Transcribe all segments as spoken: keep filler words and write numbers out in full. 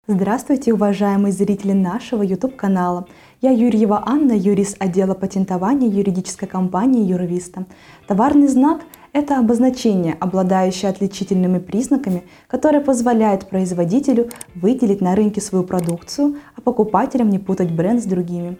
Здравствуйте, уважаемые зрители нашего YouTube-канала. Я Юрьева Анна, юрист отдела патентования юридической компании Юрвиста. Товарный знак – это обозначение, обладающее отличительными признаками, которое позволяет производителю выделить на рынке свою продукцию, а покупателям не путать бренд с другими.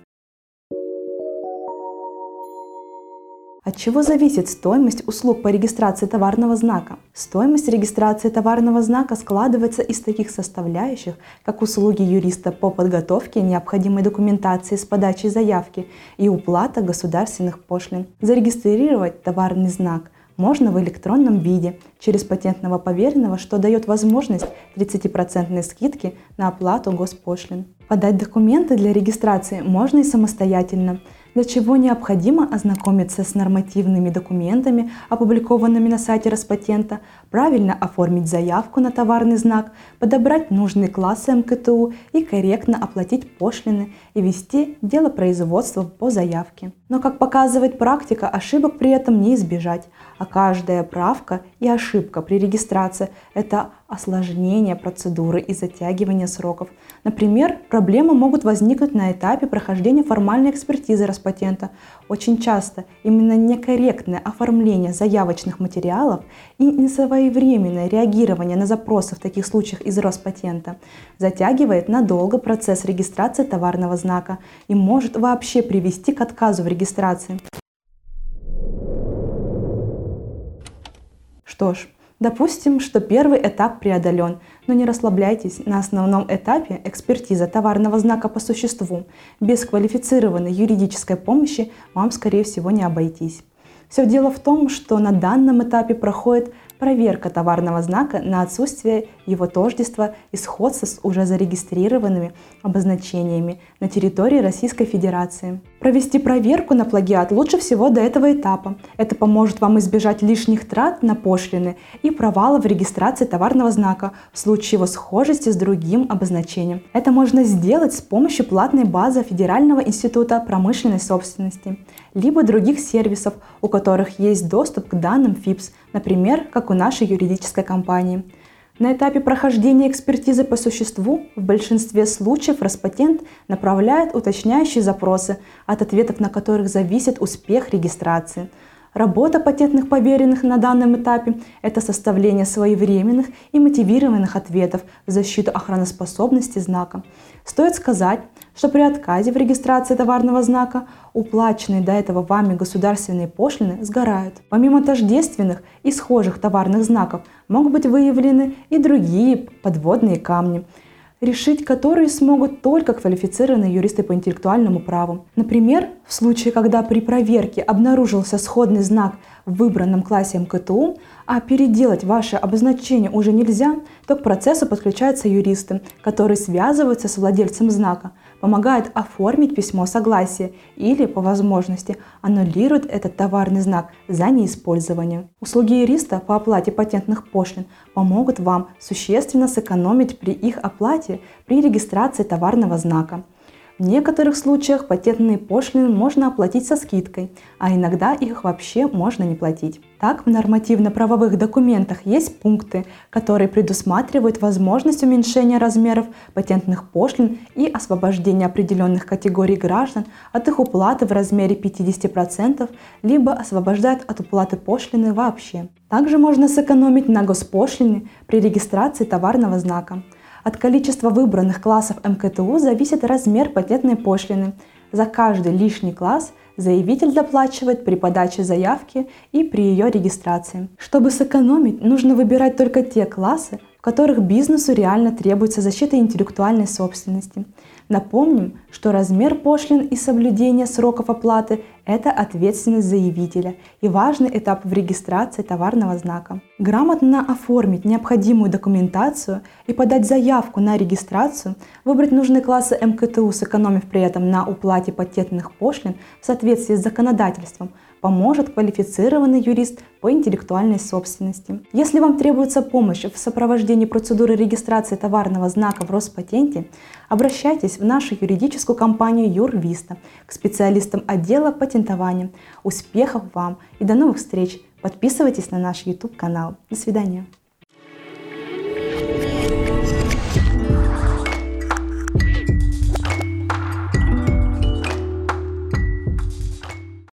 От чего зависит стоимость услуг по регистрации товарного знака? Стоимость регистрации товарного знака складывается из таких составляющих, как услуги юриста по подготовке необходимой документации с подачей заявки и уплата государственных пошлин. Зарегистрировать товарный знак можно в электронном виде через патентного поверенного, что дает возможность тридцатипроцентной скидки на оплату госпошлин. Подать документы для регистрации можно и самостоятельно, для чего необходимо ознакомиться с нормативными документами, опубликованными на сайте Роспатента, правильно оформить заявку на товарный знак, подобрать нужные классы эм ка тэ у и корректно оплатить пошлины и вести дело производства по заявке. Но, как показывает практика, ошибок при этом не избежать, а каждая правка и ошибка при регистрации – это осложнение процедуры и затягивание сроков. Например, проблемы могут возникнуть на этапе прохождения формальной экспертизы Роспатента. Очень часто именно некорректное оформление заявочных материалов и несвоевременное реагирование на запросы в таких случаях из Роспатента затягивает надолго процесс регистрации товарного знака и может вообще привести к отказу в регистрации. Что ж, допустим, что первый этап преодолен, но не расслабляйтесь, на основном этапе экспертиза товарного знака по существу. Без квалифицированной юридической помощи вам, скорее всего, не обойтись. Все дело в том, что на данном этапе проходит проверка товарного знака на отсутствие его тождества и сходства с уже зарегистрированными обозначениями на территории Российской Федерации. Провести проверку на плагиат лучше всего до этого этапа. Это поможет вам избежать лишних трат на пошлины и провала в регистрации товарного знака в случае его схожести с другим обозначением. Это можно сделать с помощью платной базы Федерального института промышленной собственности, либо других сервисов, у которых есть доступ к данным ФИПС, например, как у нашей юридической компании. На этапе прохождения экспертизы по существу в большинстве случаев Роспатент направляет уточняющие запросы, от ответов на которых зависит успех регистрации. Работа патентных поверенных на данном этапе – это составление своевременных и мотивированных ответов в защиту охраноспособности знака. Стоит сказать, что при отказе в регистрации товарного знака уплаченные до этого вами государственные пошлины сгорают. Помимо тождественных и схожих товарных знаков могут быть выявлены и другие подводные камни, решить которые смогут только квалифицированные юристы по интеллектуальному праву. Например, в случае, когда при проверке обнаружился сходный знак в выбранном классе эм ка тэ у, а переделать ваше обозначение уже нельзя, то к процессу подключаются юристы, которые связываются с владельцем знака, помогают оформить письмо согласия или, по возможности, аннулируют этот товарный знак за неиспользование. Услуги юриста по оплате патентных пошлин помогут вам существенно сэкономить при их оплате при регистрации товарного знака. В некоторых случаях патентные пошлины можно оплатить со скидкой, а иногда их вообще можно не платить. Так, в нормативно-правовых документах есть пункты, которые предусматривают возможность уменьшения размеров патентных пошлин и освобождения определенных категорий граждан от их уплаты в размере пятидесяти процентов, либо освобождают от уплаты пошлины вообще. Также можно сэкономить на госпошлине при регистрации товарного знака. От количества выбранных классов эм ка тэ у зависит размер патентной пошлины. За каждый лишний класс заявитель доплачивает при подаче заявки и при ее регистрации. Чтобы сэкономить, нужно выбирать только те классы, в которых бизнесу реально требуется защита интеллектуальной собственности. Напомним, что размер пошлин и соблюдение сроков оплаты – это ответственность заявителя и важный этап в регистрации товарного знака. Грамотно оформить необходимую документацию и подать заявку на регистрацию, выбрать нужные классы эм ка тэ у, сэкономив при этом на уплате патентных пошлин в соответствии с законодательством, поможет квалифицированный юрист по интеллектуальной собственности. Если вам требуется помощь в сопровождении процедуры регистрации товарного знака в Роспатенте, обращайтесь в нашу юридическую компанию Юрвиста к специалистам отдела патентования. Успехов вам и до новых встреч! Подписывайтесь на наш YouTube канал. До свидания!